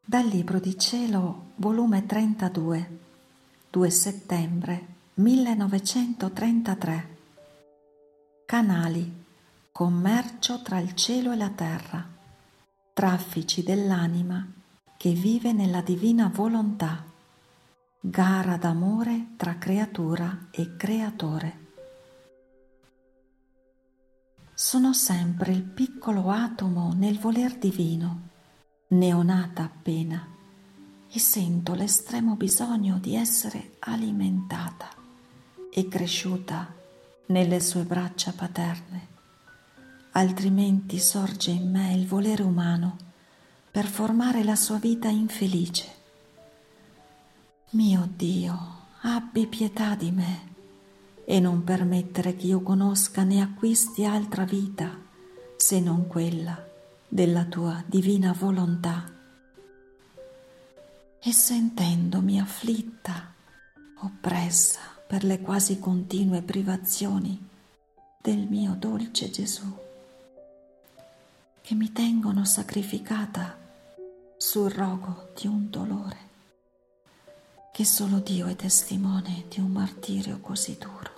Dal Libro di Cielo, volume 32, 2 settembre 1933. Canali, commercio tra il cielo e la terra, traffici dell'anima che vive nella divina volontà, gara d'amore tra creatura e creatore. Sono sempre il piccolo atomo nel voler divino, neonata appena, e sento l'estremo bisogno di essere alimentata e cresciuta nelle sue braccia paterne, altrimenti sorge in me il volere umano per formare la sua vita infelice. Mio Dio, abbi pietà di me e non permettere che io conosca né acquisti altra vita se non quella della tua divina volontà. E sentendomi afflitta, oppressa per le quasi continue privazioni del mio dolce Gesù, che mi tengono sacrificata sul rogo di un dolore, che solo Dio è testimone di un martirio così duro.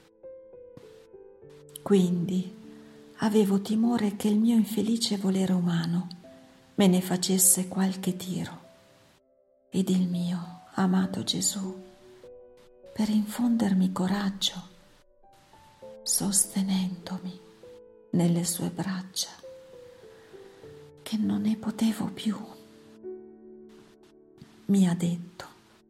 Quindi avevo timore che il mio infelice volere umano me ne facesse qualche tiro, ed il mio amato Gesù, per infondermi coraggio, sostenendomi nelle sue braccia, che non ne potevo più, mi ha detto: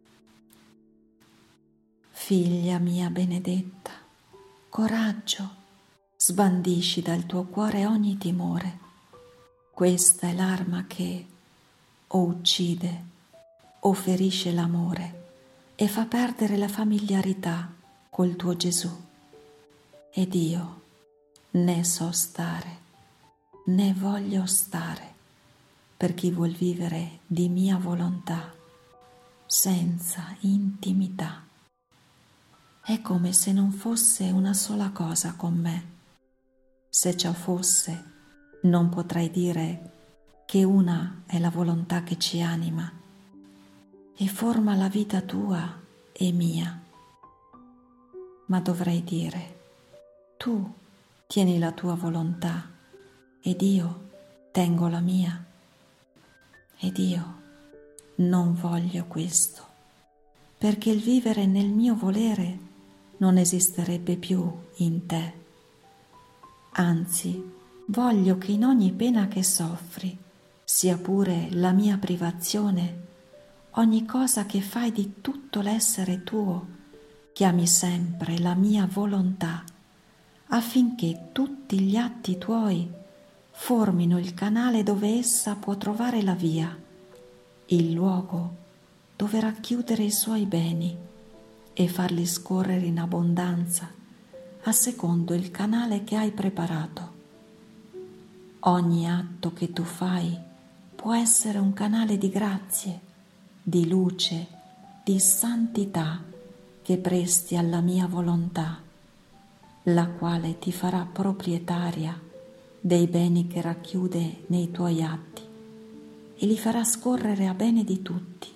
figlia mia benedetta, coraggio, sbandisci dal tuo cuore ogni timore. Questa è l'arma che o uccide o ferisce l'amore e fa perdere la familiarità col tuo Gesù. Ed io né so stare, né voglio stare per chi vuol vivere di mia volontà senza intimità. È come se non fosse una sola cosa con me. Se ciò fosse, non potrei dire che una è la volontà che ci anima e forma la vita tua e mia, ma dovrei dire: tu tieni la tua volontà ed io tengo la mia, ed io non voglio questo, perché il vivere nel mio volere non esisterebbe più in te. Anzi, voglio che in ogni pena che soffri, sia pure la mia privazione, ogni cosa che fai di tutto l'essere tuo, chiami sempre la mia volontà, affinché tutti gli atti tuoi formino il canale dove essa può trovare la via, il luogo dove racchiudere i suoi beni e farli scorrere in abbondanza a secondo il canale che hai preparato. Ogni atto che tu fai può essere un canale di grazie, di luce, di santità che presti alla mia volontà, la quale ti farà proprietaria dei beni che racchiude nei tuoi atti e li farà scorrere a bene di tutti.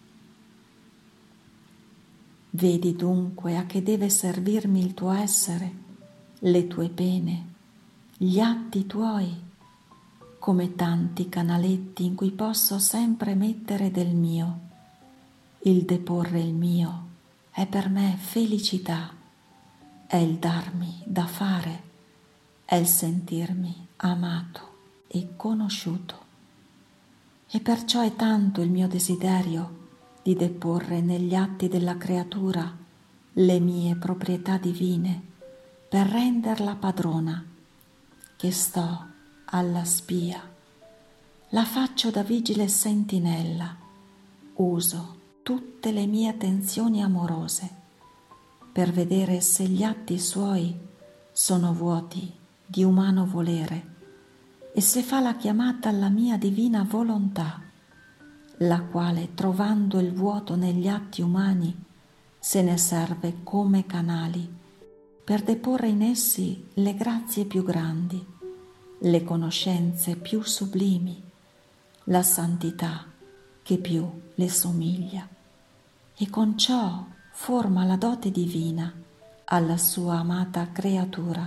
Vedi dunque a che deve servirmi il tuo essere, le tue pene, gli atti tuoi, come tanti canaletti in cui posso sempre mettere del mio. Il deporre il mio è per me felicità, è il darmi da fare, è il sentirmi amato e conosciuto. E perciò è tanto il mio desiderio di deporre negli atti della creatura le mie proprietà divine per renderla padrona, che sto alla spia, la faccio da vigile sentinella, uso tutte le mie attenzioni amorose per vedere se gli atti suoi sono vuoti di umano volere e se fa la chiamata alla mia divina volontà, la quale, trovando il vuoto negli atti umani, se ne serve come canali per deporre in essi le grazie più grandi, le conoscenze più sublimi, la santità che più le somiglia e con ciò forma la dote divina alla sua amata creatura.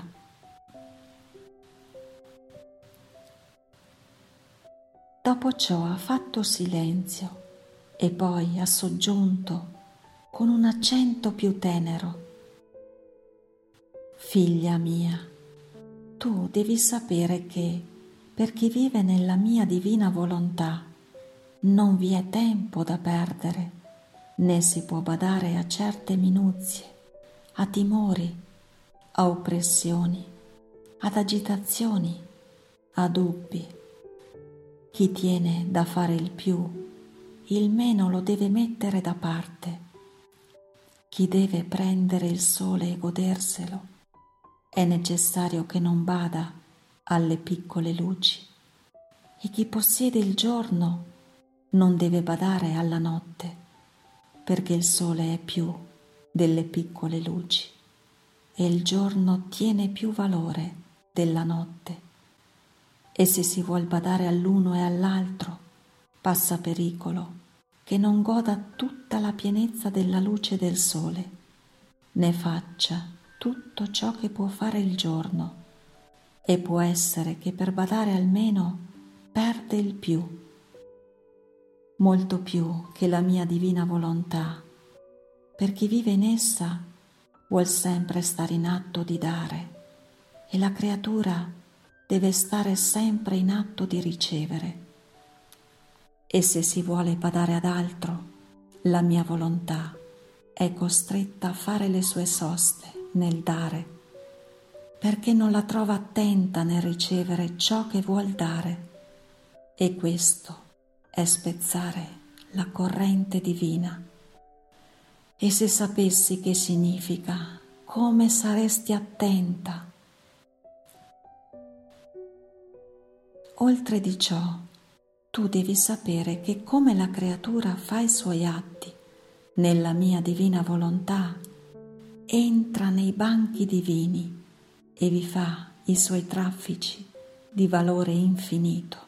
Dopo ciò ha fatto silenzio e poi ha soggiunto con un accento più tenero: figlia mia, tu devi sapere che per chi vive nella mia divina volontà non vi è tempo da perdere, né si può badare a certe minuzie, a timori, a oppressioni, ad agitazioni, a dubbi. Chi tiene da fare il più, il meno lo deve mettere da parte. Chi deve prendere il sole e goderselo, è necessario che non bada alle piccole luci, e chi possiede il giorno non deve badare alla notte, perché il sole è più delle piccole luci e il giorno tiene più valore della notte, e se si vuol badare all'uno e all'altro passa pericolo che non goda tutta la pienezza della luce del sole, ne faccia tutto ciò che può fare il giorno, e può essere che per badare almeno perde il più, molto più che la mia divina volontà. Per chi vive in essa vuol sempre stare in atto di dare, e la creatura deve stare sempre in atto di ricevere. E se si vuole badare ad altro, la mia volontà è costretta a fare le sue soste nel dare, perché non la trova attenta nel ricevere ciò che vuol dare, e questo è spezzare la corrente divina. E se sapessi che significa, come saresti attenta. Oltre di ciò, tu devi sapere che come la creatura fa i suoi atti nella mia divina volontà, entra nei banchi divini e vi fa i suoi traffici di valore infinito.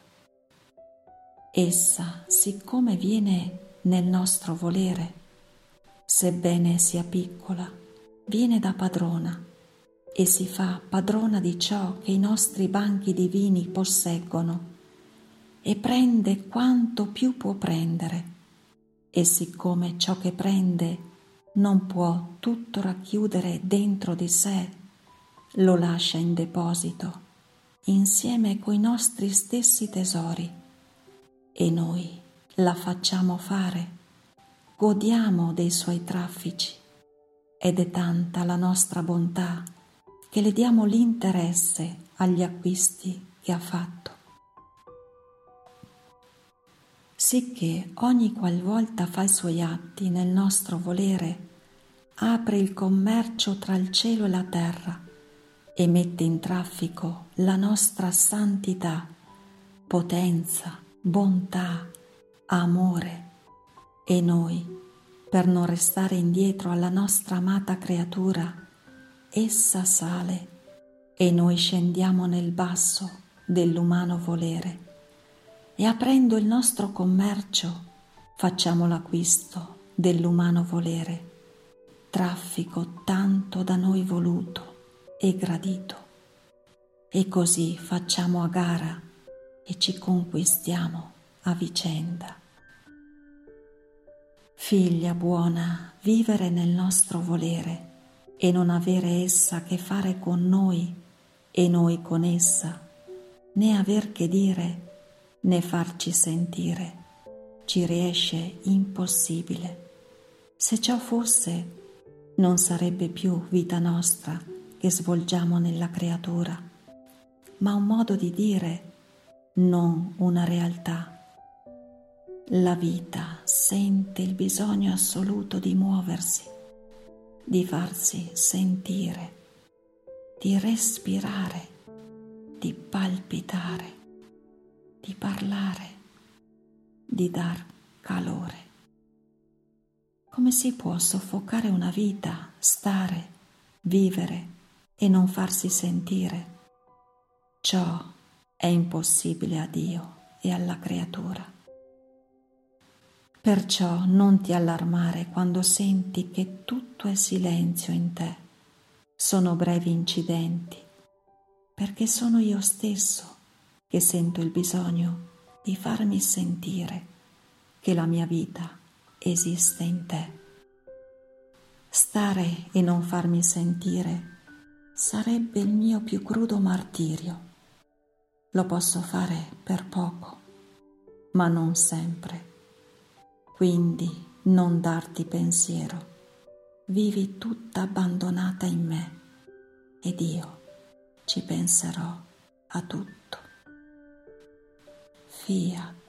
Essa, siccome viene nel nostro volere, sebbene sia piccola, viene da padrona e si fa padrona di ciò che i nostri banchi divini posseggono, e prende quanto più può prendere, e siccome ciò che prende non può tutto racchiudere dentro di sé, lo lascia in deposito insieme coi nostri stessi tesori, e noi la facciamo fare, godiamo dei suoi traffici, ed è tanta la nostra bontà che le diamo l'interesse agli acquisti che ha fatto. Sicché ogni qualvolta fa i suoi atti nel nostro volere, apre il commercio tra il cielo e la terra e mette in traffico la nostra santità, potenza, bontà, amore, e noi, per non restare indietro alla nostra amata creatura, essa sale e noi scendiamo nel basso dell'umano volere, e aprendo il nostro commercio facciamo l'acquisto dell'umano volere, traffico tanto da noi voluto e gradito, e così facciamo a gara e ci conquistiamo a vicenda. Figlia buona, vivere nel nostro volere e non avere essa che fare con noi e noi con essa, né aver che dire né farci sentire, ci riesce impossibile. Se ciò fosse, non sarebbe più vita nostra che svolgiamo nella creatura, ma un modo di dire, non una realtà. La vita sente il bisogno assoluto di muoversi, di farsi sentire, di respirare, di palpitare, di parlare, di dar calore. Come si può soffocare una vita, stare, vivere e non farsi sentire? Ciò è impossibile a Dio e alla creatura. Perciò non ti allarmare quando senti che tutto è silenzio in te. Sono brevi incidenti, perché sono io stesso che sento il bisogno di farmi sentire che la mia vita esiste in te. Stare e non farmi sentire sarebbe il mio più crudo martirio. Lo posso fare per poco, ma non sempre. Quindi non darti pensiero, vivi tutta abbandonata in me ed io ci penserò a tutto. Fiat.